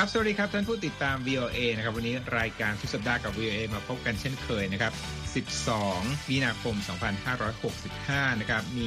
ครับสวัสดีครับท่านผู้ติดตาม VOA นะครับวันนี้รายการทุกสัปดาห์กับ VOA มาพบกันเช่นเคยนะครับ12มีนาคม2565นะครับมี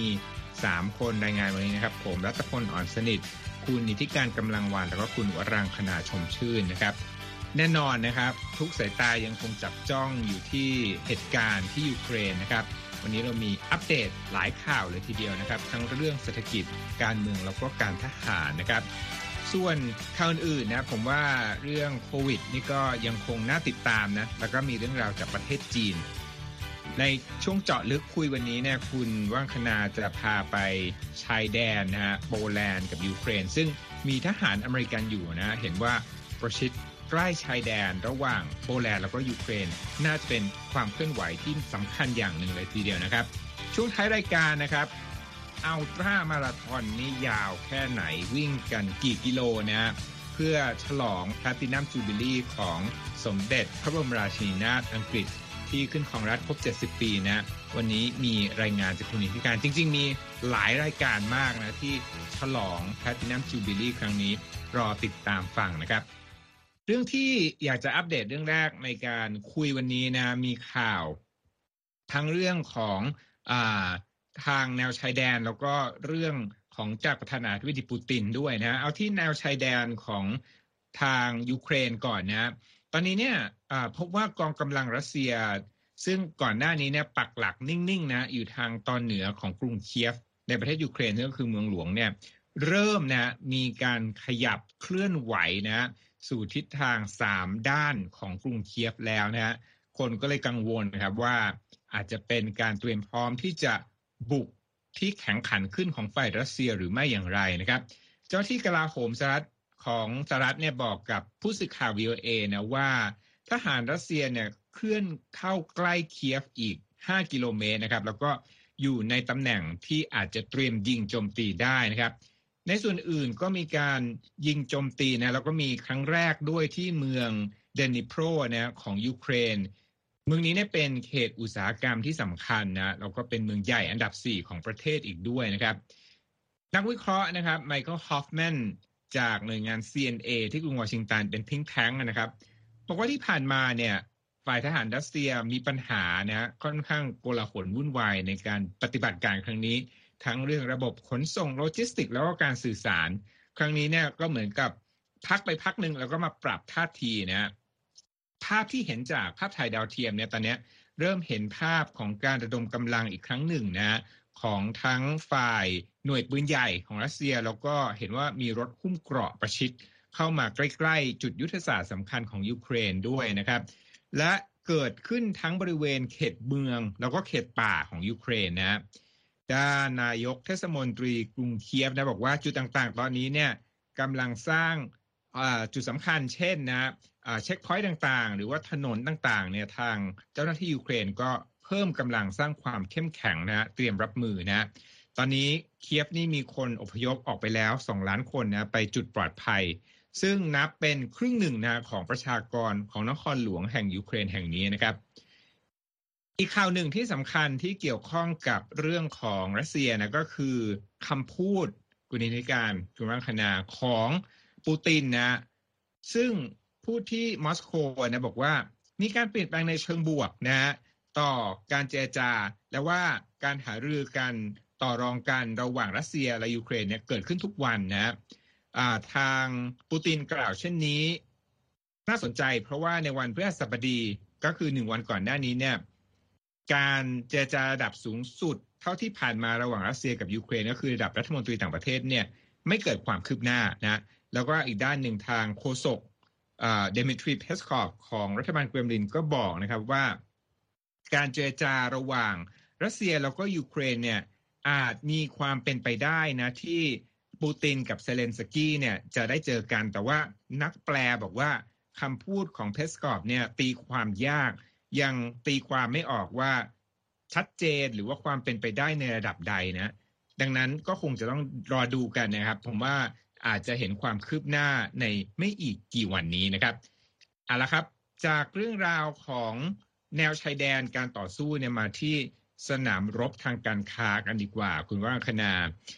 3คนรายงานวันนี้นะครับผมรัตพลอ่อนสนิทคุณนิติการกำลังวันแล้วก็คุณวรังคณาชมชื่นนะครับแน่นอนนะครับทุกสายตายังคงจับจ้องอยู่ที่เหตุการณ์ที่ยูเครนนะครับวันนี้เรามีอัปเดตหลายข่าวเลยทีเดียวนะครับทั้งเรื่องเศรษฐกิจการเมืองแล้วก็การทหารนะครับส่วนข่าวอื่นนะผมว่าเรื่องโควิดนี่ก็ยังคงน่าติดตามนะแล้วก็มีเรื่องราวจากประเทศจีนในช่วงเจาะลึกคุยวันนี้เนี่ยคุณว่างคณาจะพาไปชายแดนนะฮะโปแลนด์กับยูเครนซึ่งมีทหารอเมริกันอยู่นะเห็นว่าประชิดใกล้ชายแดนระหว่างโปแลนด์แล้วก็ยูเครนน่าจะเป็นความเคลื่อนไหวที่สำคัญอย่างหนึ่งเลยทีเดียวนะครับช่วงท้ายรายการนะครับอัลตร้ามาราธอนนี่ยาวแค่ไหนวิ่งกันกี่กิโลนะเพื่อฉลองแพลตินัมจูบิลีของสมเด็จพระบรมราชินีนาถอังกฤษที่ขึ้นครองราชย์ครบ70ปีนะวันนี้มีรายงานจากคุณนิติการจริงๆมีหลายรายการมากนะที่ฉลองแพลตินัมจูบิลีครั้งนี้รอติดตามฟังนะครับเรื่องที่อยากจะอัปเดตเรื่องแรกในการคุยวันนี้นะมีข่าวทั้งเรื่องของทางแนวชายแดนแล้วก็เรื่องของจากประธานาธิบดีปูตินด้วยนะเอาที่แนวชายแดนของทางยูเครนก่อนนะตอนนี้เนี่ยพบว่ากองกำลังรัสเซียซึ่งก่อนหน้านี้เนี่ยปักหลักนิ่งๆนะอยู่ทางตอนเหนือของกรุงเคียฟในประเทศยูเครนก็คือเมืองหลวงเนี่ยเริ่มนะมีการขยับเคลื่อนไหวนะสู่ทิศทาง3ด้านของกรุงเคียฟแล้วนะฮะคนก็เลยกังวลนะครับว่าอาจจะเป็นการเตรียมพร้อมที่จะบุกที่แข็งขันขึ้นของฝ่ายรัสเซียหรือไม่อย่างไรนะครับเจ้าที่กลาโหมสหรัฐของสหรัฐเนี่ยบอกกับผู้สื่อข่าว VOA นะว่าทหารรัสเซียเนี่ยเคลื่อนเข้าใกล้เคียฟอีก5กิโลเมตรนะครับแล้วก็อยู่ในตำแหน่งที่อาจจะเตรียมยิงโจมตีได้นะครับในส่วนอื่นก็มีการยิงโจมตีนะแล้วก็มีครั้งแรกด้วยที่เมืองเดนิโปรนะของยูเครนเมืองนี้เนี่ยเป็นเขตอุตสาหกรรมที่สำคัญนะแล้วก็เป็นเมืองใหญ่อันดับ4ของประเทศอีกด้วยนะครับนักวิเคราะห์นะครับไมเคิลฮอฟแมนจากหน่วยงาน CNA ที่กรุงวอชิงตันเป็นthink tankนะครับบอกว่าที่ผ่านมาเนี่ยฝ่ายทหารรัสเซียมีปัญหานะค่อนข้างโกลาหลวุ่นวายในการปฏิบัติการครั้งนี้ทั้งเรื่องระบบขนส่งโลจิสติกแล้วก็การสื่อสารครั้งนี้เนี่ยก็เหมือนกับพักไปพักนึงแล้วก็มาปรับท่าทีนะภาพที่เห็นจากภาพถ่ายดาวเทียมเนี่ยตอนนี้เริ่มเห็นภาพของการระดมกำลังอีกครั้งหนึ่งนะของทั้งฝ่ายหน่วยปืนใหญ่ของรัสเซียแล้วก็เห็นว่ามีรถหุ้มเกราะประชิดเข้ามาใกล้ๆจุดยุทธศาสตร์สำคัญของยูเครนด้วยนะครับและเกิดขึ้นทั้งบริเวณเขตเมืองแล้วก็เขตป่าของยูเครนนะด้านนายกเทศมนตรีกรุงเคียฟนะบอกว่าจุดต่างๆตอนนี้เนี่ยกำลังสร้างจุดสำคัญเช่นนะเช็คพอยต์ต่างๆหรือว่าถนนต่างๆเนี่ยทางเจ้าหน้าที่ยูเครนก็เพิ่มกำลังสร้างความเข้มแข็งนะเตรียมรับมือนะตอนนี้เคียฟนี่มีคนอพยพออกไปแล้ว2ล้านคนนะไปจุดปลอดภัยซึ่งนับเป็นครึ่งหนึ่งนะของประชากรของนครหลวงแห่งยูเครนแห่งนี้นะครับอีกข่าวหนึ่งที่สำคัญที่เกี่ยวข้องกับเรื่องของรัสเซียนะก็คือคำพูดกุณิธิการคุณรังคณาของปูตินนะซึ่งพูดที่มอสโกนะบอกว่ามีการเปลี่ยนแปลงในเชิงบวกนะต่อการเจรจาและว่าการหารือกันต่อรองกันระหว่างรัสเซียและยูเครนเนี่ยเกิดขึ้นทุกวันนะทางปูตินกล่าวเช่นนี้น่าสนใจเพราะว่าในวันพฤหัสบดีก็คือ1วันก่อนหน้านี้เนี่ยการเจรจาระดับสูงสุดเท่าที่ผ่านมาระหว่างรัสเซียกับยูเครนก็คือระดับรัฐมนตรีต่างประเทศเนี่ยไม่เกิดความคืบหน้านะแล้วก็อีกด้านหนึ่งทางโฆษกเดมิทรีเพสคอฟของรัฐบาลเกรมลินก็บอกนะครับว่าการเจรจาระหว่างรัสเซียแล้วก็ยูเครนเนี่ยอาจมีความเป็นไปได้นะที่ปูตินกับเซเลนสกี้เนี่ยจะได้เจอกันแต่ว่านักแปลบอกว่าคำพูดของเพสคอฟเนี่ยตีความยากยังตีความไม่ออกว่าชัดเจนหรือว่าความเป็นไปได้ในระดับใดนะดังนั้นก็คงจะต้องรอดูกันนะครับผมว่าอาจจะเห็นความคืบหน้าในไม่อีกกี่วันนี้นะครับเอาละครับจากเรื่องราวของแนวชายแดนการต่อสู้เนี่ยมาที่สนามรบทางการค้ากันดีกว่าคุณวรังคณา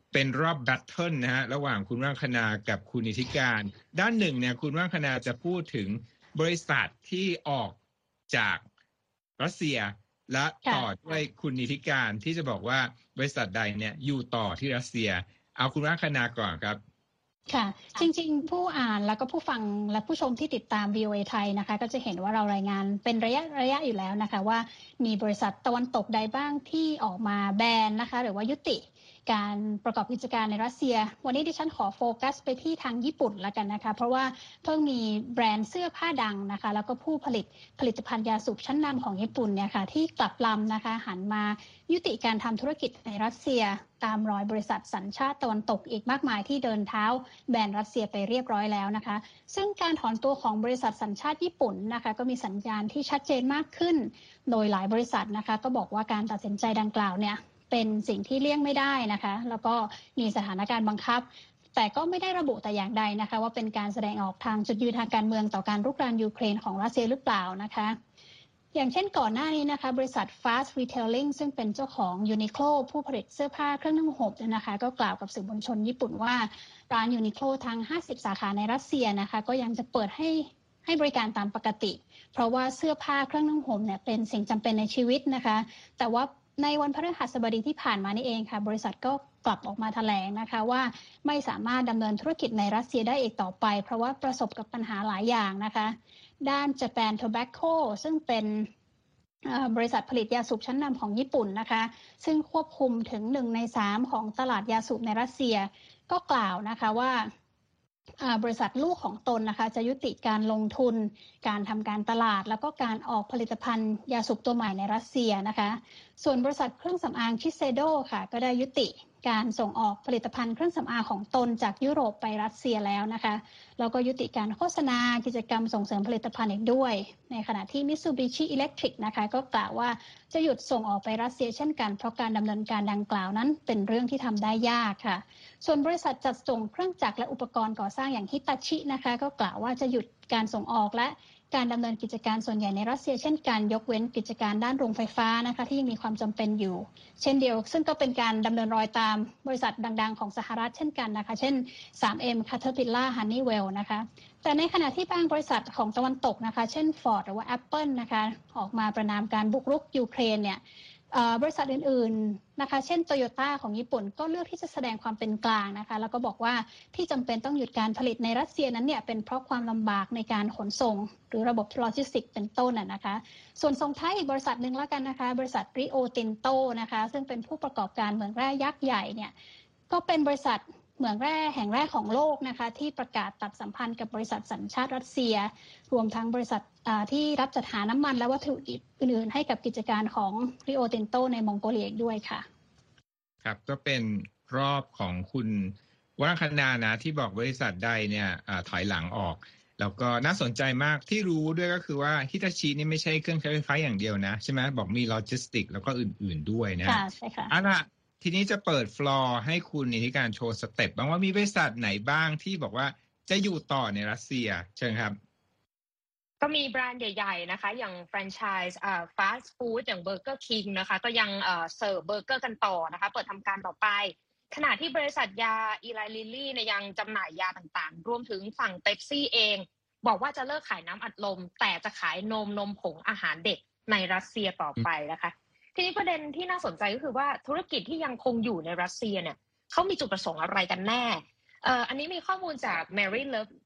เป็นรอบแบทเทิลนะฮะระหว่างคุณว่างคณากับคุณนิติการด้านหนึ่งเนี่ยคุณว่างคณาจะพูดถึงบริษัทที่ออกจากรัสเซียและต่อด้วยคุณนิติการที่จะบอกว่าบริษัทใดเนี่ยอยู่ต่อที่รัสเซียเอาคุณว่างคณาก่อนครับค่ะจริงๆผู้อ่านแล้วก็ผู้ฟังและผู้ชมที่ติดตาม VOA ไทยนะคะก็จะเห็นว่าเรารายงานเป็นระยะอยู่แล้วนะคะว่ามีบริษัทตะวันตกใดบ้างที่ออกมาแบนนะคะหรือว่ายุติการประกอบกิจการในรัสเซียวันนี้ดิฉันขอโฟกัสไปที่ทางญี่ปุ่นละกันนะคะเพราะว่าเพิ่งมีแบรนด์เสื้อผ้าดังนะคะแล้วก็ผู้ผลิตภัณฑ์ยาสูบชั้นนำของญี่ปุ่นเนี่ยค่ะที่กลับลำนะคะหันมายุติการทำธุรกิจในรัสเซียตามรอยบริษัทสัญชาติตะวันตกอีกมากมายที่เดินเท้าแบนรัสเซียไปเรียบร้อยแล้วนะคะซึ่งการถอนตัวของบริษัทสัญชาติญี่ปุ่นนะคะก็มีสัญญาณที่ชัดเจนมากขึ้นโดยหลายบริษัทนะคะก็บอกว่าการตัดสินใจดังกล่าวเนี่ยเป็นสิ่งที่เลี่ยงไม่ได้นะคะแล้วก็มีสถานการณ์บังคับแต่ก็ไม่ได้ระบุแต่อย่างใดนะคะว่าเป็นการแสดงออกทางจุดยืนทางการเมืองต่อการรุกรานยูเครนของรัสเซียหรือเปล่านะคะอย่างเช่นก่อนหน้านี้นะคะบริษัท Fast Retailing ซึ่งเป็นเจ้าของ Uniqlo ผู้ผลิตเสื้อผ้าเครื่องนุ่งห่มนะคะก็กล่าวกับสื่อมวลชนญี่ปุ่นว่าร้าน Uniqlo ทั้ง50สาขาในรัสเซียนะคะก็ยังจะเปิดให้บริการตามปกติเพราะว่าเสื้อผ้าเครื่องนุ่งห่มเนี่ยเป็นสิ่งจำเป็นในชีวิตนะคะแต่ว่าในวันพฤหัสบดีที่ผ่านมานี่เองค่ะบริษัทก็กลับออกมาแถลงนะคะว่าไม่สามารถดำเนินธุรกิจในรัสเซียได้อีกต่อไปเพราะว่าประสบกับปัญหาหลายอย่างนะคะด้าน Japan Tobacco ซึ่งเป็นบริษัทผลิตยาสูบชั้นนำของญี่ปุ่นนะคะซึ่งควบคุมถึง1 ใน 3ของตลาดยาสูบในรัสเซียก็กล่าวนะคะว่าบริษัทลูกของตนนะคะจะยุติการลงทุนการทำการตลาดแล้วก็การออกผลิตภัณฑ์ยาสูบตัวใหม่ในรัสเซียนะคะส่วนบริษัทเครื่องสำอางชิเซโดค่ะก็ได้ยุติการส่งออกผลิตภัณฑ์เครื่องสำอางของตนจากยุโรปไปรัสเซียแล้วนะคะแล้วก็ยุติการโฆษณากิจกรรมส่งเสริมผลิตภัณฑ์อีกด้วยในขณะที่ Mitsubishi Electric นะคะก็กล่าวว่าจะหยุดส่งออกไปรัสเซียเช่นกันเพราะการดำเนินการดังกล่าวนั้นเป็นเรื่องที่ทำได้ยากค่ะส่วนบริษัทจัดส่งเครื่องจักรและอุปกรณ์ก่อสร้างอย่างฮิตาชินะคะก็กล่าวว่าจะหยุดการส่งออกและการดำเนินกิจการส่วนใหญ่ในรัสเซียเช่นกันยกเว้นกิจการด้านโรงไฟฟ้านะคะที่ยังมีความจำเป็นอยู่เช่นเดียวซึ่งก็เป็นการดำเนินรอยตามบริษัทดังๆของสหรัฐเช่นกันนะคะเช่น 3M Caterpillar Honeywell นะคะแต่ในขณะที่บางบริษัทของตะวันตกนะคะเช่น Ford หรือว่า Apple นะคะออกมาประณามการบุกรุกยูเครนเนี่ยบริษัทอื่นๆนะคะเช่น Toyota ของญี่ปุ่นก็เลือกที่จะแสดงความเป็นกลางนะคะแล้วก็บอกว่าที่จำเป็นต้องหยุดการผลิตในรัสเซียนั้นเนี่ยเป็นเพราะความลำบากในการขนส่งหรือระบบโลจิสติกส์เป็นต้นนะคะส่วนส่งท้ายอีกบริษัทหนึ่งแล้วกันนะคะบริษัท Rio Tinto นะคะซึ่งเป็นผู้ประกอบการเหมืองแร่ยักษ์ใหญ่เนี่ยก็เป็นบริษัทเหมืองแร่แห่งแรกของโลกนะคะที่ประกาศตัดสัมพันธ์กับบริษัทสัญชาติรัสเซียรวมทั้งบริษัทที่รับจัดหาน้ำมันและวัตถุดิบอื่นๆให้กับกิจการของ Rio Tinto ในมองโกเลียด้วยค่ะครับก็เป็นรอบของคุณว่างคณานะที่บอกบริษัทใดเนี่ยถอยหลังออกแล้วก็น่าสนใจมากที่รู้ด้วยก็คือว่าฮิตาชินี่ไม่ใช่เครื่องใช้ไฟฟ้าอย่างเดียวนะใช่ไหมบอกมีโลจิสติกแล้วก็อื่นๆด้วยนะใช่ค่ะทีนี้จะเปิดฟลอร์ให้คุณนิติการโชว์สเต็ปบ้างว่ามีบริษัทไหนบ้างที่บอกว่าจะอยู่ต่อในรัสเซียเชิญครับก็มีแบรนด์ใหญ่ๆนะคะอย่างแฟรนไชส์ฟาสต์ฟู้ดอย่างเบอร์เกอร์คิงนะคะก็ยังเสิร์ฟเบอร์เกอร์กันต่อนะคะเปิดทำการต่อไปขณะที่บริษัทยาอีไลลิลลี่เนี่ยยังจำหน่ายยาต่างๆรวมถึงฝั่งเป๊ปซี่เองบอกว่าจะเลิกขายน้ำอัดลมแต่จะขายนมผงอาหารเด็กในรัสเซียต่อไปนะคะทีนี้ประเด็นที่น่าสนใจก็คือว่าธุรกิจที่ยังคงอยู่ในรัสเซียเนี่ยเขามีจุดประสงค์อะไรกันแน่อันนี้มีข้อมูลจาก Mary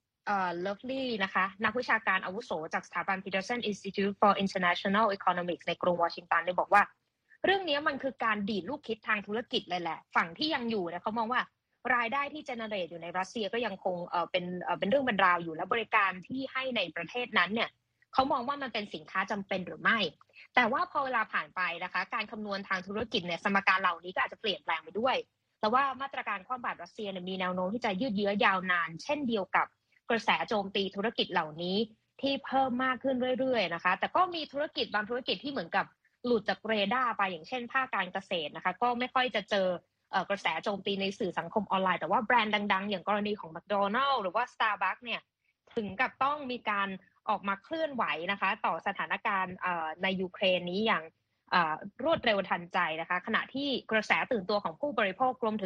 Lovely นะคะนักวิชาการอาวุโสจากสถาบัน Peterson Institute for International Economics ในกรุงวอชิงตันได้บอกว่าเรื่องนี้มันคือการดีดลูกคิดทางธุรกิจเลยแหละฝั่งที่ยังอยู่เนี่ยเขามองว่ารายได้ที่เจเนเรตอยู่ในรัสเซียก็ยังคงเป็นเรื่องเป็นราวอยู่และบริการที่ให้ในประเทศนั้นเนี่ยเขามองว่ามันเป็นสินค้าจำเป็นหรือไม่แต่ว่าพอเวลาผ่านไปนะคะการคำนวณทางธุรกิจเนี่ยสมการเหล่านี้ก็อาจจะเปลี่ยนแปลงไปด้วยแต่ว่ามาตรการคว่ำบาตรรัสเซียเนี่ยมีแนวโน้มที่จะยืดเยื้อยาวนานเช่นเดียวกับกระแสโจมตีธุรกิจเหล่านี้ที่เพิ่มมากขึ้นเรื่อยๆนะคะแต่ก็มีธุรกิจบางธุรกิจที่เหมือนกับหลุดจากเรดาร์ไปอย่างเช่นภาคการเกษตรนะคะก็ไม่ค่อยจะเจอกระแสโจมตีในสื่อสังคมออนไลน์แต่ว่าแบรนด์ดังๆอย่างกรณีของ McDonald's หรือว่า Starbucks เนี่ยถึงกับต้องมีการออกมาเคลื่อนไหวนะคะต่อสถานการณ์ในยูเครนนี้อย่างรวดเร็วทันใจนะคะขณะที่กระแสตื่นตัวของผู้บริโภครวมถึง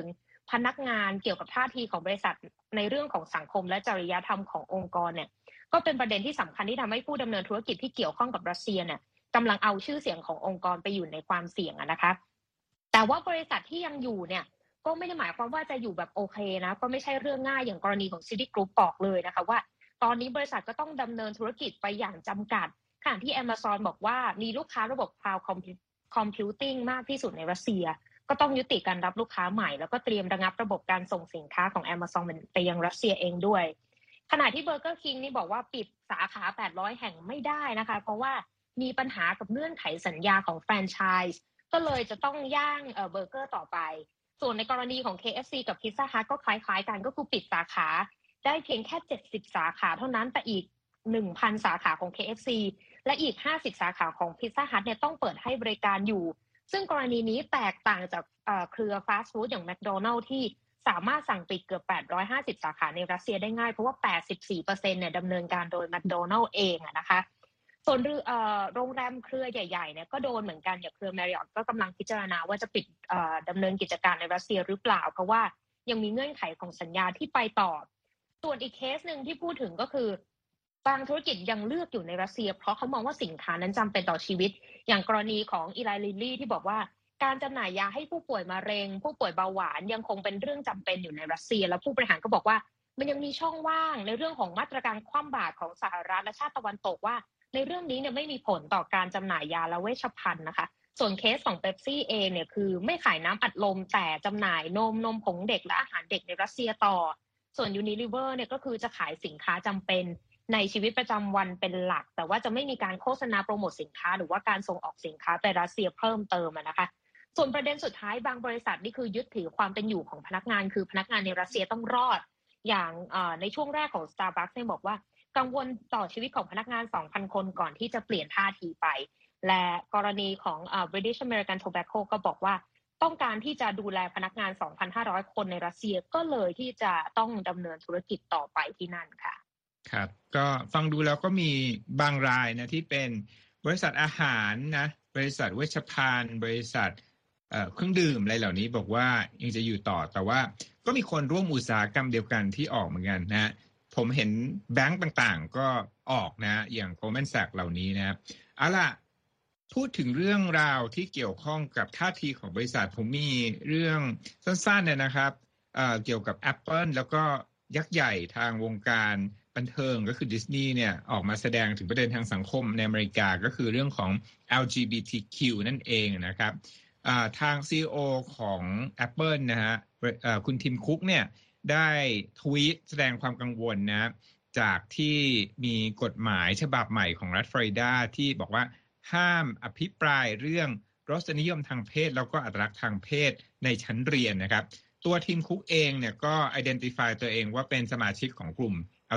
พนักงานเกี่ยวกับท่าทีของบริษัทในเรื่องของสังคมและจริยธรรมขององค์กรเนี่ยก็เป็นประเด็นที่สำคัญที่ทำให้ผู้ดำเนินธุรกิจที่เกี่ยวข้องกับรัสเซียเนี่ยกำลังเอาชื่อเสียงขององค์กรไปอยู่ในความเสี่ยงนะคะแต่ว่าบริษัทที่ยังอยู่เนี่ยก็ไม่ได้หมายความว่าจะอยู่แบบโอเคนะก็ไม่ใช่เรื่องง่ายอย่างกรณีของ City Group บอกเลยนะคะว่าตอนนี้บริษัทก็ต้องดำเนินธุรกิจไปอย่างจำกัดขณะที่ Amazon บอกว่ามีลูกค้าระบบ Cloud Computing มากที่สุดในรัสเซียก็ต้องยุติการรับลูกค้าใหม่แล้วก็เตรียมระงับระบบการส่งสินค้าของ Amazon ไปยังรัสเซียเองด้วยขณะที่ Burger King นี่บอกว่าปิดสาขา800แห่งไม่ได้นะคะเพราะว่ามีปัญหากับเงื่อนไขสัญญาของแฟรนไชส์ก็เลยจะต้องย่างเบอร์เกอร์ต่อไปส่วนในกรณีของ KFC กับ Pizza Hut ก็คล้ายๆกันก็คือปิดสาขาได้เพียงแค่70สาขาเท่านั้นแต่อีก 1,000 สาขาของ KFC และอีก50สาขาของ Pizza Hut เนี่ยต้องเปิดให้บริการอยู่ซึ่งกรณีนี้แตกต่างจากเครือฟาสต์ฟู้ดอย่าง McDonald's ที่สามารถสั่งปิดเกือบ850สาขาในรัสเซียได้ง่ายเพราะว่า 84% เนี่ยดำเนินการโดย McDonald's เองนะคะส่วนโรงแรมเครือใหญ่ๆเนี่ยก็โดนเหมือนกันอย่างเครือ Marriott ก็กำลังพิจารณาว่าจะปิดดำเนินกิจการในรัสเซียหรือเปล่าเพราะว่ายังมีเงื่อนไขของสัญญาที่ไปต่อส่วนอีกเคสหนึ่งที่พูดถึงก็คือบางธุรกิจยังเลือกอยู่ในรัสเซียเพราะเขามองว่าสินค้านั้นจำเป็นต่อชีวิตอย่างกรณีของอีไลลิลลี่ที่บอกว่าการจำหน่ายยาให้ผู้ป่วยมะเร็งผู้ป่วยเบาหวานยังคงเป็นเรื่องจำเป็นอยู่ในรัสเซียและผู้บริหารก็บอกว่ามันยังมีช่องว่างในเรื่องของมาตรการคว่ำบาตรของสหรัฐและชาติตะวันตกว่าในเรื่องนี้เนี่ยไม่มีผลต่อการจำหน่ายยาและเวชภัณฑ์นะคะส่วนเคสของเป๊ปซี่เองเนี่ยคือไม่ขายน้ำอัดลมแต่จำหน่ายนมผงเด็กและอาหารเด็กในรัสเซียต่อส่วน Unilever เนี่ยก็คือจะขายสินค้าจำเป็นในชีวิตประจำวันเป็นหลักแต่ว่าจะไม่มีการโฆษณาโปรโมทสินค้าหรือว่าการส่งออกสินค้าไปรัสเซียเพิ่มเติมนะคะส่วนประเด็นสุดท้ายบางบริษัทนี่คือยึดถือความเป็นอยู่ของพนักงานคือพนักงานในรัสเซียต้องรอดอย่างในช่วงแรกของ Starbucks เนี่ยบอกว่ากังวลต่อชีวิตของพนักงาน 2,000 คนก่อนที่จะเปลี่ยนท่าทีไปและกรณีของ British American Tobacco ก็บอกว่าต้องการที่จะดูแลพนักงาน 2,500 คนในรัสเซียก็เลยที่จะต้องดำเนินธุรกิจต่อไปที่นั่นค่ะครับก็ฟังดูแล้วก็มีบางรายนะที่เป็นบริษัทอาหารนะบริษัทเวชภัณฑ์บริษัทเครื่องดื่มอะไรเหล่านี้บอกว่ายังจะอยู่ต่อแต่ว่าก็มีคนร่วมอุตสาหกรรมเดียวกันที่ออกเหมือนกันนะผมเห็นแบงก์ต่างๆก็ออกนะอย่าง Goldman Sachs เหล่านี้นะเอาล่ะพูดถึงเรื่องราวที่เกี่ยวข้องกับท่าทีของบริษัทผมมีเรื่องสั้นๆเนี่ยนะครับเกี่ยวกับ Apple แล้วก็ยักษ์ใหญ่ทางวงการบันเทิงก็คือดิสนีย์เนี่ยออกมาแสดงถึงประเด็นทางสังคมในอเมริกาก็คือเรื่องของ LGBTQ นั่นเองนะครับทาง CEO ของ Apple นะฮะคุณทิมคุกเนี่ยได้ทวีตแสดงความกังวลนะจากที่มีกฎหมายฉบับใหม่ของรัฐฟลอริดาที่บอกว่าห้ามอภิปรายเรื่องรสนิยมทางเพศแล้วก็อัตลักษณ์ทางเพศในชั้นเรียนนะครับตัวทีมคุกเองเนี่ยก็ identify ตัวเองว่าเป็นสมาชิกของกลุ่ม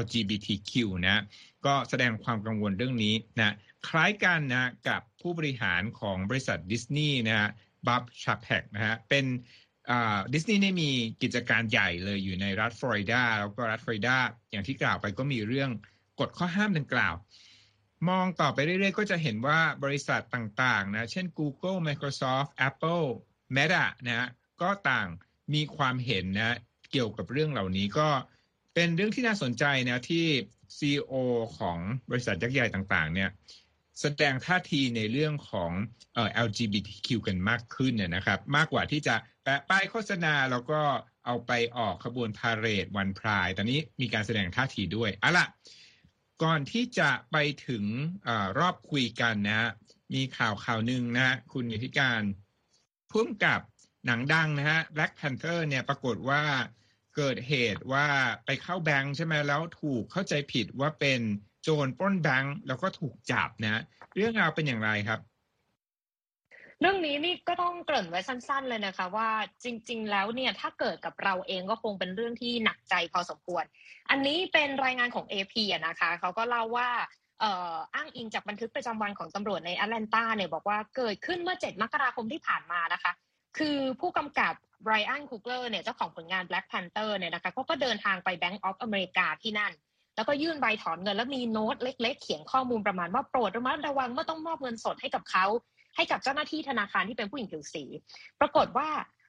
LGBTQ นะก็แสดงความกังวลเรื่องนี้นะคล้ายกันนะกับผู้บริหารของบริษัทดิสนีย์นะฮะบับชาแพกนะฮะเป็นดิสนีย์เนี่ยมีกิจการใหญ่เลยอยู่ในรัฐฟลอริดาแล้วก็รัฐฟลอริดาอย่างที่กล่าวไปก็มีเรื่องกฎข้อห้ามดังกล่าวมองต่อไปเรื่อยๆก็จะเห็นว่าบริษัทต่างๆนะเช่น Google Microsoft Apple Meta นะฮะก็ต่างมีความเห็นนะเกี่ยวกับเรื่องเหล่านี้ก็เป็นเรื่องที่น่าสนใจนะที่ CEO ของบริษัทยักษ์ใหญ่ต่างๆเนี่ยแสดงท่าทีในเรื่องของLGBTQ กันมากขึ้นนะครับมากกว่าที่จะแปะป้ายโฆษณาแล้วก็เอาไปออกขบวนพาเหรดวันพรายตอนนี้มีการแสดงท่าทีด้วยเอาล่ะก่อนที่จะไปถึงรอบคุยกันนะมีข่าวนึงนะคุณนิติการพุ่มกับหนังดังนะฮะ Black Panther เนี่ยปรากฏว่าเกิดเหตุว่าไปเข้าแบงค์ใช่ไหมแล้วถูกเข้าใจผิดว่าเป็นโจรปล้นแบงค์แล้วก็ถูกจับนะเรื่องราวเป็นอย่างไรครับเรื่องนี้นี่ก็ต้องเกริ่นไว้สั้นๆเลยนะคะว่าจริงๆแล้วเนี่ยถ้าเกิดกับเราเองก็คงเป็นเรื่องที่หนักใจพอสมควรอันนี้เป็นรายงานของ AP นะคะเขาก็เล่าว่าอ้างอิงจากบันทึกประจำวันของตำรวจในแอตแลนตาเนี่ยบอกว่าเกิดขึ้นเมื่อ7 มกราคมที่ผ่านมานะคะคือผู้กำกับไบรอันคูเกอร์เนี่ยเจ้าของผลงาน Black Panther เนี่ยนะคะเขาก็เดินทางไป Bank of America ที่นั่นแล้วก็ยื่นใบถอนเงินแล้วมีโน้ตเล็กๆเขียนข้อมูลประมาณว่าโปรดระมัดระวังเมื่อต้องมอบเงินสดให้กับเขาให้กับเจ้าหน้าที่ธนาคารที่เป็นผู้หญิงผิวสีปรากฏว่า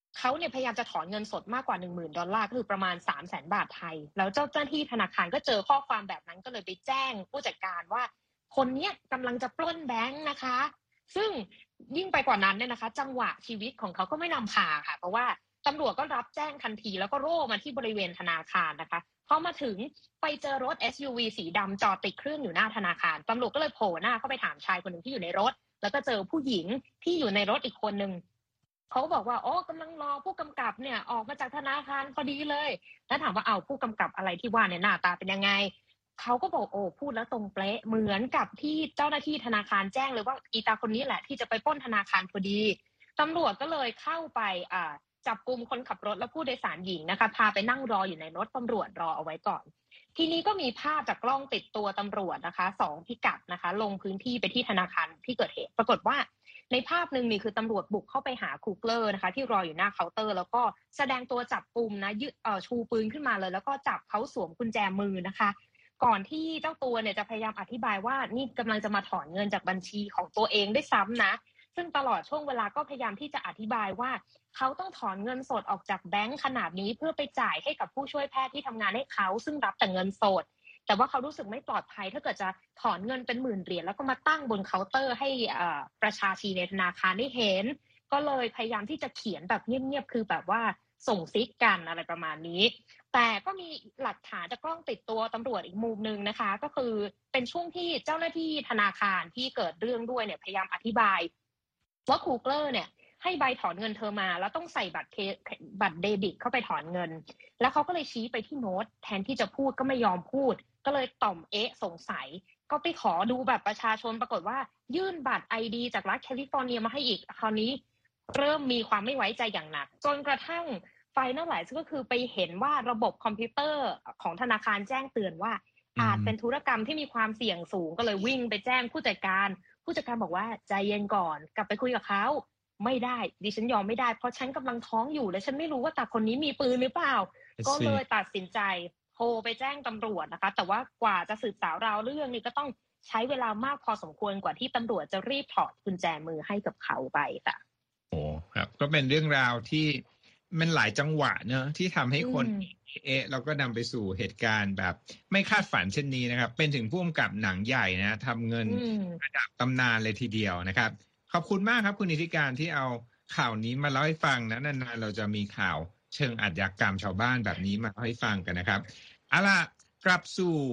เขาเนี่ยพยายามจะถอนเงินสดมากกว่า $10,000 ก็คือประมาณ 300,000 บาทไทยแล้วเจ้าหน้าที่ธนาคารก็เจอข้อความแบบนั้นก็เลยไปแจ้งผู้จัดการว่าคนเนี้ยกำลังจะปล้นแบงค์นะคะซึ่งยิ่งไปกว่านั้นเนี่ยนะคะจังหวะชีวิตของเขาก็ไม่นำพาค่ะเพราะว่าตำรวจก็รับแจ้งทันทีแล้วก็โร่มาที่บริเวณธนาคารนะคะพอมาถึงไปเจอรถ SUV สีดำจอดติดเครื่องอยู่หน้าธนาคารตำรวจก็เลยโผล่หน้าเข้าไปถามชายคนหนึ่งที่อยู่ในรถแล้วก็เจอผู้หญิงที่อยู่ในรถอีกคนนึงเขาบอกว่าอ๋อกำลังรอผู้กำกับเนี่ยออกมาจากธนาคารพอดีเลยแล้วถามว่าเอาผู้กำกับอะไรที่ว่าเนี่ยหน้าตาเป็นยังไงเขาก็บอกโอ้พูดแล้วตรงเป๊ะเหมือนกับที่เจ้าหน้าที่ธนาคารแจ้งเลยว่าอีตาคนนี้แหละที่จะไปปล้นธนาคารพอดีตำรวจก็เลยเข้าไปจับกุมคนขับรถและผู้โดยสารหญิงนะคะพาไปนั่งรออยู่ในรถตำรวจรอเอาไว้ก่อนทีนี้ก็มีภาพจากกล้องติดตัวตำรวจนะคะ2พิกัดนะคะลงพื้นที่ไปที่ธนาคารที่เกิดเหตุปรากฏว่าในภาพหนึ่งนี่คือตำรวจบุกเข้าไปหาคูเกอร์นะคะที่รออยู่หน้าเคาน์เตอร์แล้วก็แสดงตัวจับกุมนะชูปืนขึ้นมาเลยแล้วก็จับเขาสวมกุญแจมือนะคะก่อนที่เจ้าตัวเนี่ยจะพยายามอธิบายว่านี่กำลังจะมาถอนเงินจากบัญชีของตัวเองได้ซ้ำนะซึ่งตลอดช่วงเวลาก็พยายามที่จะอธิบายว่าเขาต้องถอนเงินสดออกจากแบงค์ขนาดนี้เพื่อไปจ่ายให้กับผู้ช่วยแพทย์ที่ทำงานให้เขาซึ่งรับแต่เงินสดแต่ว่าเขารู้สึกไม่ปลอดภัยถ้าเกิดจะถอนเงินเป็น10,000 เหรียญแล้วก็มาตั้งบนเคาน์เตอร์ให้ประชาชนในธนาคารได้เห็นก็เลยพยายามที่จะเขียนแบบเงียบๆคือแบบว่าส่งซิกกันอะไรประมาณนี้แต่ก็มีหลักฐานจากกล้องติดตัวตำรวจอีกมุมนึงนะคะก็คือเป็นช่วงที่เจ้าหน้าที่ธนาคารที่เกิดเรื่องด้วยเนี่ยพยายามอธิบายว่าคูเกอร์เนี่ยให้ใบถอนเงินเธอมาแล้วต้องใส่บัตรเดบิตเข้าไปถอนเงินแล้วเขาก็เลยชี้ไปที่โน้ตแทนที่จะพูดก็ไม่ยอมพูดก็เลยต่อมสงสัยก็ไปขอดูบัตรประชาชนปรากฏว่ายื่นบัตร ID จากรัฐแคลิฟอร์เนียมาให้อีกคราวนี้เริ่มมีความไม่ไว้ใจอย่างหนักจนกระทั่งไฟนอลไลซ์ก็คือไปเห็นว่าระบบคอมพิวเตอร์ของธนาคารแจ้งเตือนว่าอาจเป็นธุรกรรมที่มีความเสี่ยงสูงก็เลยวิ่งไปแจ้งผู้จัดการบอกว่าใจเย็นก่อนกลับไปคุยกับเขาไม่ได้ดิฉันยอมไม่ได้เพราะฉันกำลังท้องอยู่และฉันไม่รู้ว่าตาคนนี้มีปืนหรือเปล่าก็เลยตัดสินใจโทรไปแจ้งตำรวจนะคะแต่ว่ากว่าจะสืบสาวราวเรื่องนี้ก็ต้องใช้เวลามากพอสมควรกว่าที่ตำรวจจะรีบถอดกุญแจมือให้กับเขาไปค่ะโอ้ครับก็เป็นเรื่องราวที่มันหลายจังหวะเนอะที่ทำให้คนแล้วก็นำไปสู่เหตุการณ์แบบไม่คาดฝันเช่นนี้นะครับเป็นถึงผู้กำกับหนังใหญ่นะทำเงินระดับตำนานเลยทีเดียวนะครับขอบคุณมากครับคุณนิติการที่เอาข่าวนี้มาเล่าให้ฟังนะนานๆเราจะมีข่าวเชิงอาชญากรรมชาวบ้านแบบนี้มาเล่าให้ฟังกันนะครับเอาล่ะกลับ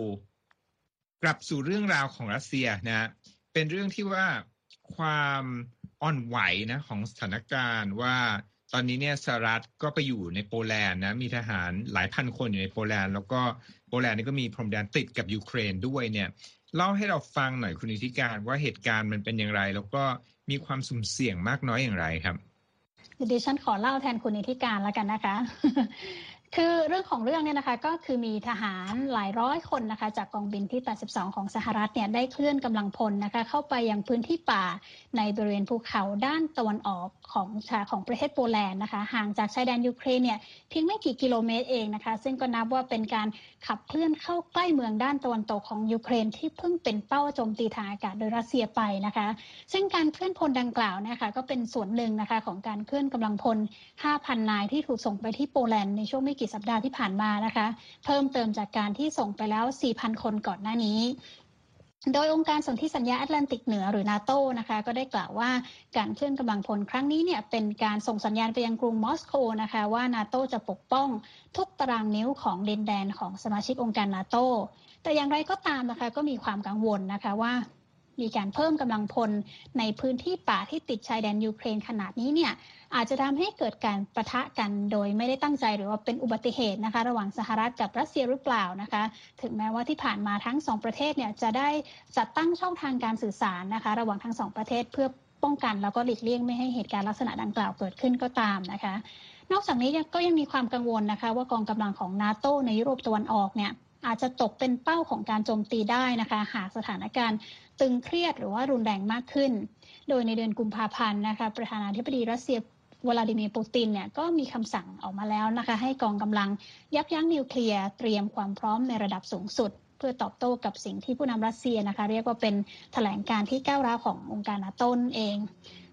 สู่เรื่องราวของรัสเซียนะเป็นเรื่องที่ว่าความอ่อนไหวนะของสถานการณ์ว่าตอนนี้เนี่ยสหรัฐก็ไปอยู่ในโปแลนด์นะมีทหารหลายพันคนอยู่ในโปแลนด์แล้วก็โปแลนด์นี่ก็มีพรมแดนติดกับยูเครนด้วยเนี่ยเล่าให้เราฟังหน่อยคุณนิติการว่าเหตุการณ์มันเป็นอย่างไรแล้วก็มีความสุ่มเสี่ยงมากน้อยอย่างไรครับดิฉันขอเล่าแทนคุณนิติการแล้วกันนะคะ คือเรื่องของเรื่องเนี่ยนะคะก็คือมีทหารหลายร้อยคนนะคะจากกองบินที่82ของสหรัฐเนี่ยได้เคลื่อนกำลังพลนะคะเข้าไปยังพื้นที่ป่าในบริเวณภูเขาด้านตะวันออกของประเทศโปแลนด์นะคะห่างจากชายแดนยูเครนเนี่ยเพียงไม่กี่กิโลเมตรเองนะคะซึ่งก็นับว่าเป็นการขับเคลื่อนเข้าใกล้เมืองด้านตะวันตกของยูเครนที่เพิ่งเป็นเป้าโจมตีทางอากาศโดยรัสเซียไปนะคะซึ่งการเคลื่อนพลดังกล่าวนะคะก็เป็นส่วนหนึ่งนะคะของการเคลื่อนกำลังพล 5,000 นายที่ถูกส่งไปที่โปแลนด์ในช่วงไม่กี่สัปดาห์ที่ผ่านมานะคะเพิ่มเติมจากการที่ส่งไปแล้ว 4,000 คนก่อนหน้านี้โดยองค์การสนธิสัญญาแอตแลนติกเหนือหรือ NATO นะคะก็ได้กล่าวว่าการเคลื่อนกำลังพลครั้งนี้เนี่ยเป็นการส่งสัญญาณไปยังกรุงมอสโกนะคะว่า NATO จะปกป้องทุกตารางนิ้วของดินแดนของสมาชิกองค์การ NATO แต่อย่างไรก็ตามนะคะก็มีความกังวลนะคะว่ามีการเพิ่มกำลังพลในพื้นที่ป่าที่ติดชายแดนยูเครนขนาดนี้เนี่ยอาจจะทำให้เกิดการปะทะกันโดยไม่ได้ตั้งใจหรือว่าเป็นอุบัติเหตุนะคะระหว่างสหรัฐกับรัสเซียหรือเปล่านะคะถึงแม้ว่าที่ผ่านมาทั้ง2ประเทศเนี่ยจะได้จัดตั้งช่องทางการสื่อสารนะคะระหว่างทั้ง2ประเทศเพื่อป้องกันแล้วก็หลีกเลี่ยงไม่ให้เหตุการณ์ลักษณะดังกล่าวเกิดขึ้นก็ตามนะคะนอกจากนี้ก็ยังมีความกังวลนะคะว่ากองกำลังของ NATO ในยุโรปตะวันออกเนี่ยอาจจะตกเป็นเป้าของการโจมตีได้นะคะหากสถานการณ์ตึงเครียดหรือว่ารุนแรงมากขึ้นโดยในเดือนกุมภาพันธ์นะคะประธานาธิบดีรัสเซียวลาดิเมียร์ปูตินเนี่ยก็มีคำสั่งออกมาแล้วนะคะให้กองกำลังยับยั้งนิวเคลียร์เตรียมความพร้อมในระดับสูงสุดเพื่อตอบโต้กับสิ่งที่ผู้นำรัสเซียนะคะเรียกว่าเป็นแถลงการที่ก้าวร้าวขององค์การนาโต้เอง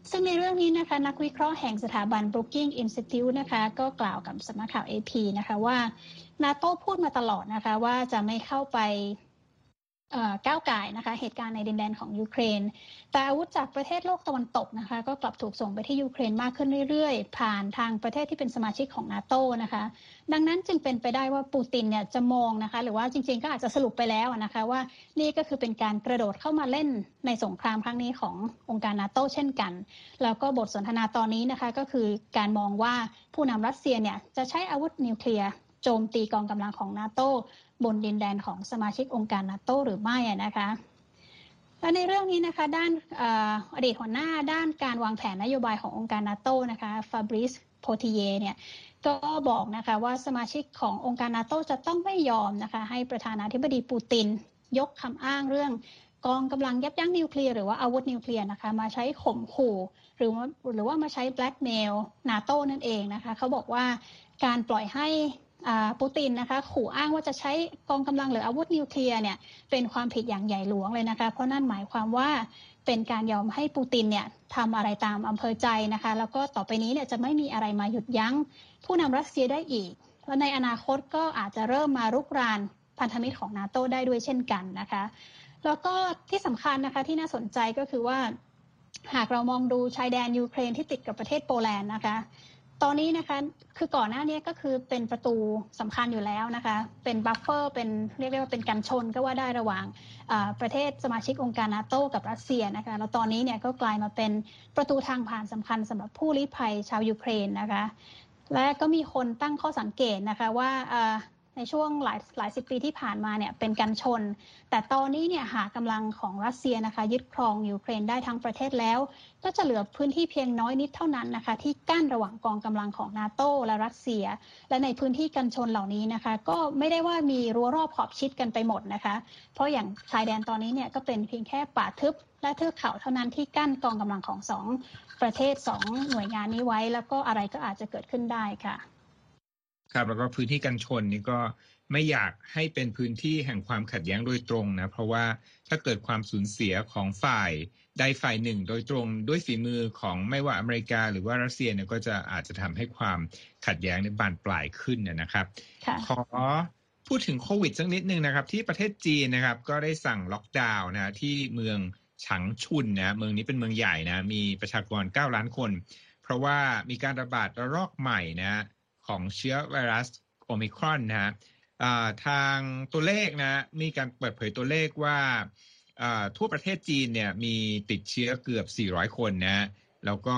ซึ่งในเรื่องนี้นะคะนักวิเคราะห์แห่งสถาบัน Brookings Institute นะคะก็กล่าวกับสำนักข่าว AP นะคะว่า NATO พูดมาตลอดนะคะว่าจะไม่เข้าไปก้าวก่ายนะคะเหตุการณ์ในดินแดนของยูเครนแต่อาวุธจากประเทศโลกตะวันตกนะคะก็กลับถูกส่งไปที่ยูเครนมากขึ้นเรื่อยๆผ่านทางประเทศที่เป็นสมาชิกของ NATO นะคะดังนั้นจึงเป็นไปได้ว่าปูตินเนี่ยจะมองนะคะหรือว่าจริงๆก็อาจจะสรุปไปแล้วนะคะว่านี่ก็คือเป็นการกระโดดเข้ามาเล่นในสงครามครั้งนี้ขององค์การ NATO เช่นกันแล้วก็บทสนทนาตอนนี้นะคะก็คือการมองว่าผู้นำรัสเซียเนี่ยจะใช้อาวุธนิวเคลียร์โจมตีกองกำลังของ NATO บนดินแดนของสมาชิกองค์การ NATO หรือไม่นะคะและในเรื่องนี้นะคะด้านอดีตหัวหน้าด้านการวางแผนนโยบายขององค์การ NATO นะคะฟาบริสโพติเยเนี่ยก็บอกนะคะว่าสมาชิกขององค์การ NATO จะต้องไม่ยอมนะคะให้ประธานาธิบดีปูตินยกคำอ้างเรื่องกองกำลังยับยั้งนิวเคลียร์หรือว่าอาวุธนิวเคลียร์นะคะมาใช้ข่มขู่หรือว่ามาใช้แบล็กเมล NATO นั่นเองนะคะเขาบอกว่าการปล่อยให้ปูตินนะคะขู่อ้างว่าจะใช้กองกำลังหรืออาวุธนิวเคลียร์เนี่ยเป็นความผิดอย่างใหญ่หลวงเลยนะคะเพราะนั่นหมายความว่าเป็นการยอมให้ปูตินเนี่ยทำอะไรตามอำเภอใจนะคะแล้วก็ต่อไปนี้เนี่ยจะไม่มีอะไรมาหยุดยั้งผู้นำรัสเซียได้อีกและในอนาคตก็อาจจะเริ่มมารุกรานพันธมิตรของ NATO ได้ด้วยเช่นกันนะคะแล้วก็ที่สำคัญนะคะที่น่าสนใจก็คือว่าหากเรามองดูชายแดนยูเครนที่ติดกับประเทศโปแลนด์นะคะตอนนี้นะคะคือก่อนหน้านี้ก็คือเป็นประตูสำคัญอยู่แล้วนะคะเป็นบัฟเฟอร์เป็นเรียกได้ว่าเป็นกันชนก็ว่าได้ระหว่างประเทศสมาชิกองค์การ NATO กับรัสเซียนะคะแล้วตอนนี้เนี่ยก็กลายมาเป็นประตูทางผ่านสำคัญสำหรับผู้ลี้ภัยชาวยูเครนนะคะและก็มีคนตั้งข้อสังเกตนะคะว่าในช่วงหลายสิบปีที่ผ่านมาเนี่ยเป็นกันชนแต่ตอนนี้เนี่ยหากกำลังของรัสเซียนะคะยึดครองยูเครนได้ทั้งประเทศแล้วก็จะเหลือพื้นที่เพียงน้อยนิดเท่านั้นนะคะที่กั้นระหว่างกองกำลังของ NATO และรัสเซียและในพื้นที่กันชนเหล่านี้นะคะก็ไม่ได้ว่ามีรั้วรอบขอบชิดกันไปหมดนะคะเพราะอย่างชายแดนตอนนี้เนี่ยก็เป็นเพียงแค่ป่าทึบและเทือกเขาเท่านั้นที่กั้นกองกำลังของ2ประเทศ2หน่วยงานนี้ไว้แล้วก็อะไรก็อาจจะเกิดขึ้นได้ค่ะครับแล้วก็พื้นที่กันชนนี่ก็ไม่อยากให้เป็นพื้นที่แห่งความขัดแย้งโดยตรงนะเพราะว่าถ้าเกิดความสูญเสียของฝ่ายใดฝ่ายหนึ่งโดยตรงด้วยฝีมือของไม่ว่าอเมริกาหรือว่ารัสเซียเนี่ยก็จะอาจจะทำให้ความขัดแย้งในบานปลายขึ้นนะครับขอพูดถึงโควิดสักนิดนึงนะครับที่ประเทศจีนนะครับก็ได้สั่งล็อกดาวน์นะที่เมืองฉางชุนนะเมืองนี้เป็นเมืองใหญ่นะมีประชากร9 ล้านคนเพราะว่ามีการระบาดระลอกใหม่นะของเชื้อไวรัสโอมิครอนนะฮะทางตัวเลขนะมีการเปิดเผยตัวเลขว่าทั่วประเทศจีนเนี่ยมีติดเชื้อเกือบ400คนนะแล้วก็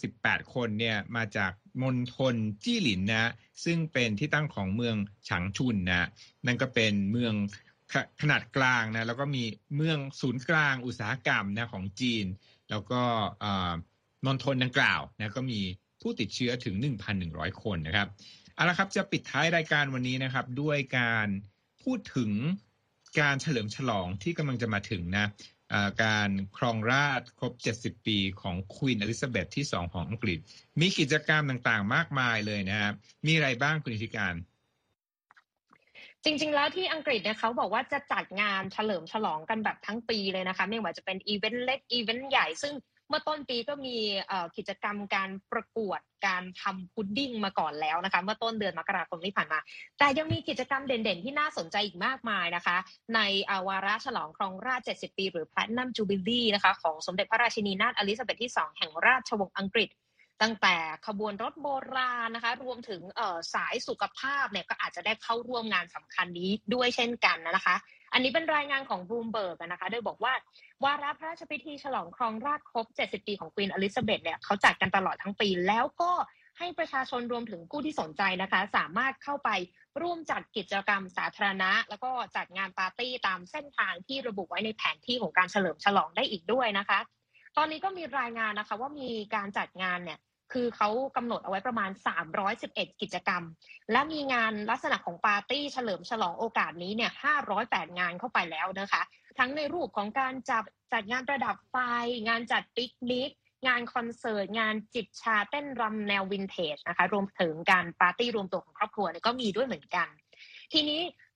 98คนเนี่ยมาจากมณฑลจี้หลินนะซึ่งเป็นที่ตั้งของเมืองฉางชุนนะนั่นก็เป็นเมืองขนาดกลางนะแล้วก็มีเมืองศูนย์กลางอุตสาหกรรมนะของจีนแล้วก็มณฑลดังกล่าวนะก็มีผู้ติดเชื้อถึง 1,100 คนนะครับเอาละครับจะปิดท้ายรายการวันนี้นะครับด้วยการพูดถึงการเฉลิมฉลองที่กำลังจะมาถึงนะการครองราชย์ครบ70ปีของควีนอลิซาเบธที่2ของอังกฤษมีกิจกรรมต่างๆมากมายเลยนะครับมีอะไรบ้างคุณนิติการจริงๆแล้วที่อังกฤษเนี่ยเขาบอกว่าจะจัดงานเฉลิมฉลองกันแบบทั้งปีเลยนะคะไม่ว่าจะเป็นอีเวนต์เล็กอีเวนต์ใหญ่ซึ่งเมื่อต้นปีก็มีกิจกรรมการประกวดการทำพุดดิ้งมาก่อนแล้วนะคะเมื่อต้นเดือนมกราคมที่ผ่านมาแต่ยังมีกิจกรรมเด่นๆที่น่าสนใจอีกมากมายนะคะในวาระฉลองครองราชย์70ปีหรือ Platinum Jubilee นะคะของสมเด็จพระราชินีนาถอลิซาเบธที่2แห่งราชวงศ์อังกฤษตั้งแต่ขบวนรถโบราณนะคะรวมถึงสายสุขภาพเนี่ยก็อาจจะได้เข้าร่วมงานสำคัญนี้ด้วยเช่นกันนะคะอันนี้เป็นรายงานของ Bloomberg นะคะโดยบอกว่าวาระพระราชพิธีฉลองครองราชย์ครบ70ปีของควีนอลิซาเบธเนี่ยเขาจัดกันตลอดทั้งปีแล้วก็ให้ประชาชนรวมถึงผู้ที่สนใจนะคะสามารถเข้าไปร่วมจัดกิจกรรมสาธารณะแล้วก็จัดงานปาร์ตี้ตามเส้นทางที่ระบุไว้ในแผนที่ของการเฉลิมฉลองได้อีกด้วยนะคะตอนนี้ก็มีรายงานนะคะว่ามีการจัดงานเนี่ยคือเขากำหนดเอาไว้ประมาณ311กิจกรรมและมีงานลักษณะของปาร์ตี้เฉลิมฉลองโอกาสนี้เนี่ย508งานเข้าไปแล้วนะคะทั้งในรูปของการจัดงานประดับไฟงานจัดปิกนิกงานคอนเสิร์ตงานจิบชาเต้นรำแนววินเทจนะคะรวมถึงการปาร์ตี้รวมตัวของครอบครัวเนี่ยก็มีด้วยเหมือนกันทีนี้พ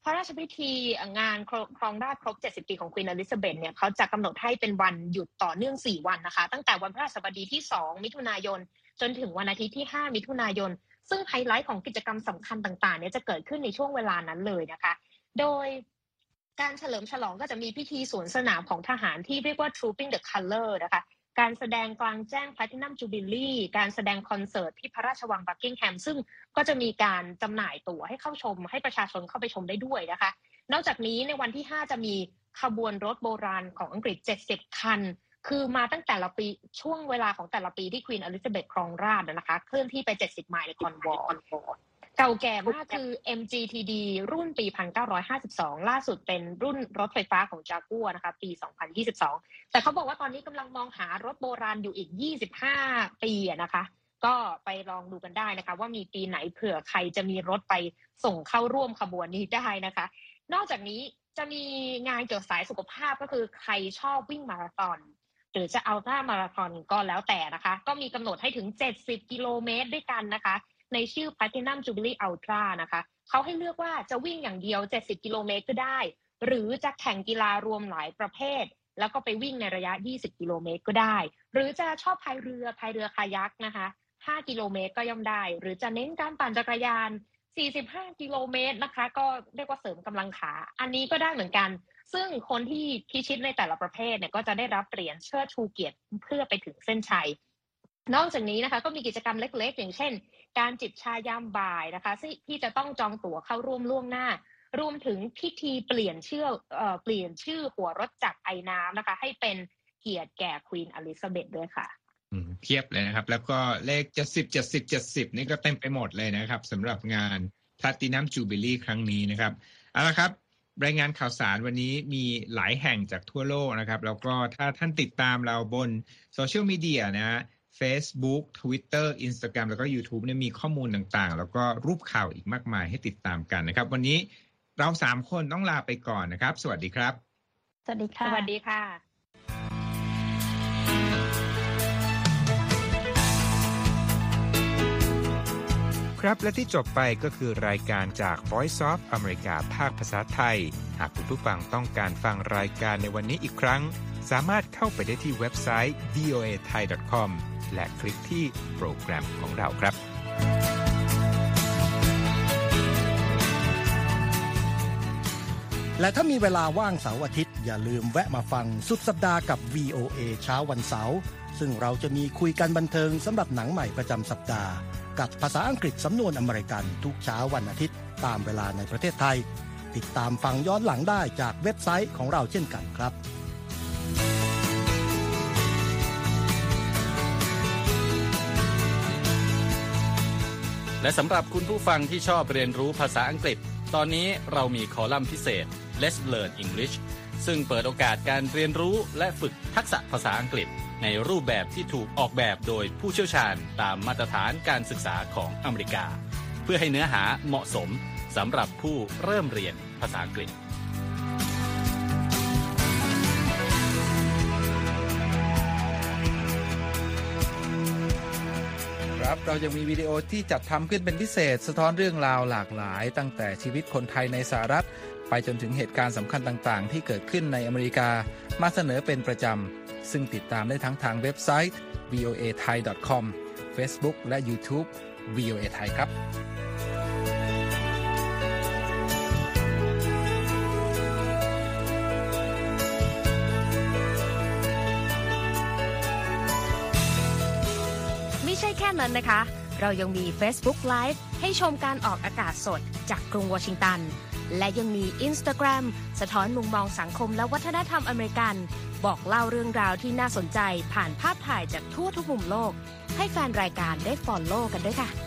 พระราชพิธีงานครองราชย์ครบ70ปีของควีนอลิซาเบธเนี่ยเขาจะกำหนดให้เป็นวันหยุดต่อเนื่อง4วันนะคะตั้งแต่วันพฤหัสบดีที่2มิถุนายนจนถึงวันอาทิตย์ที่5มิถุนายนซึ่งไฮไลท์ของกิจกรรมสำคัญต่างๆเนี่ยจะเกิดขึ้นในช่วงเวลานั้นเลยนะคะโดยการเฉลิมฉลองก็จะมีพิธีสวนสนามของทหารที่เรียกว่า Trooping the Colour นะคะการแสดงกลางแจ้ง Platinum Jubilee การแสดงคอนเสิร์ตที่พระราชวังบักกิงแฮมซึ่งก็จะมีการจำหน่ายตั๋วให้เข้าชมให้ประชาชนเข้าไปชมได้ด้วยนะคะนอกจากนี้ในวันที่5จะมีขบวนรถโบราณของอังกฤษ70คันคือมาตั้งแต่ละปีช่วงเวลาของแต่ละปีที่ควีนอลิซาเบธครองราชย์นะคะเคลื่อนที่ไป70ไมล์ในคอนวอร์เก่าแก่มากคือ MGTD รุ่นปี 1952 ล่าสุดเป็นรุ่นรถไฟฟ้าของ Jaguar นะคะปี 2022 แต่เขาบอกว่าตอนนี้กำลังมองหารถโบราณอยู่อีก25ปีนะคะก็ไปลองดูกันได้นะคะว่ามีปีไหนเผื่อใครจะมีรถไปส่งเข้าร่วมขบวนนี้ได้นะคะนอกจากนี้จะมีงานเกี่ยวกับสายสุขภาพก็คือใครชอบวิ่งมาราธอนหรือจะอัลตร้ามาราธอนก็แล้วแต่นะคะก็มีกำหนดให้ถึง70กิโลเมตรด้วยกันนะคะในชื่อ Platinum Jubilee Ultra นะคะเขาให้เลือกว่าจะวิ่งอย่างเดียว70กิโลเมตรก็ได้หรือจะแข่งกีฬารวมหลายประเภทแล้วก็ไปวิ่งในระยะ20กิโลเมตรก็ได้หรือจะชอบพายเรือคายักนะคะ5กิโลเมตรก็ย่อมได้หรือจะเน้นการปั่นจักรยาน45กิโลเมตรนะคะก็เรียกว่าเสริมกำลังขาอันนี้ก็ได้เหมือนกันซึ่งคนที่พิชิตในแต่ละประเภทเนี่ยก็จะได้รับเหรียญเชิดชูเกียรติเพื่อไปถึงเส้นชัยนอกจากนี้นะคะก็มีกิจกรรมเล็กๆอย่างเช่นการจิบชายามบ่ายนะคะที่จะต้องจองตั๋วเข้าร่วมล่วงหน้ารวมถึงพิธีเปลี่ยนชื่อหัวรถจักรไอน้ำนะคะให้เป็นเกียรติแก่ควีนอลิซาเบธด้วยค่ะเพียบเลยนะครับแล้วก็เลข70นี่ก็เต็มไปหมดเลยนะครับสำหรับงาน Platinum Jubilee ครั้งนี้นะครับเอาละครับรายงานข่าวสารวันนี้มีหลายแห่งจากทั่วโลกนะครับแล้วก็ถ้าท่านติดตามเราบนโซเชียลมีเดียนะฮะ Facebook Twitter Instagram แล้วก็ YouTube เนี่ยมีข้อมูลต่างๆแล้วก็รูปข่าวอีกมากมายให้ติดตามกันนะครับวันนี้เรา3คนต้องลาไปก่อนนะครับสวัสดีครับสวัสดีค่ะสวัสดีค่ะครับและที่จบไปก็คือรายการจาก Voice of America ภาคภาษาไทยหากคุณผู้ฟังต้องการฟังรายการในวันนี้อีกครั้งสามารถเข้าไปได้ที่เว็บไซต์ voathai.com และคลิกที่โปรแกรมของเราครับและถ้ามีเวลาว่างเสาร์อาทิตย์อย่าลืมแวะมาฟังสุดสัปดาห์กับ VOA เช้าวันเสาร์ซึ่งเราจะมีคุยกันบันเทิงสำหรับหนังใหม่ประจำสัปดาห์กับภาษาอังกฤษสำนวนอเมริกันทุกเช้าวันอาทิตย์ตามเวลาในประเทศไทยติดตามฟังย้อนหลังได้จากเว็บไซต์ของเราเช่นกันครับและสำหรับคุณผู้ฟังที่ชอบเรียนรู้ภาษาอังกฤษตอนนี้เรามีคอลัมน์พิเศษ Let's Learn English ซึ่งเปิดโอกาสการเรียนรู้และฝึกทักษะภาษาอังกฤษในรูปแบบที่ถูกออกแบบโดยผู้เชี่ยวชาญตามมาตรฐานการศึกษาของอเมริกาเพื่อให้เนื้อหาเหมาะสมสำหรับผู้เริ่มเรียนภาษาอังกฤษครับเรายังมีวิดีโอที่จัดทำขึ้นเป็นพิเศษสะท้อนเรื่องราวหลากหลายตั้งแต่ชีวิตคนไทยในสหรัฐไปจนถึงเหตุการณ์สำคัญต่างๆที่เกิดขึ้นในอเมริกามาเสนอเป็นประจำซึ่งติดตามได้ทั้งทางเว็บไซต์ voathai.com Facebook และ YouTube VOA Thai ครับไม่ใช่แค่นั้นนะคะเรายังมี Facebook Live ให้ชมการออกอากาศสดจากกรุงวอชิงตันและยังมี Instagram สะท้อนมุมมองสังคมและวัฒนธรรมอเมริกันบอกเล่าเรื่องราวที่น่าสนใจผ่านภาพถ่ายจากทั่วทุกมุมโลกให้แฟนรายการได้ follow กันด้วยค่ะ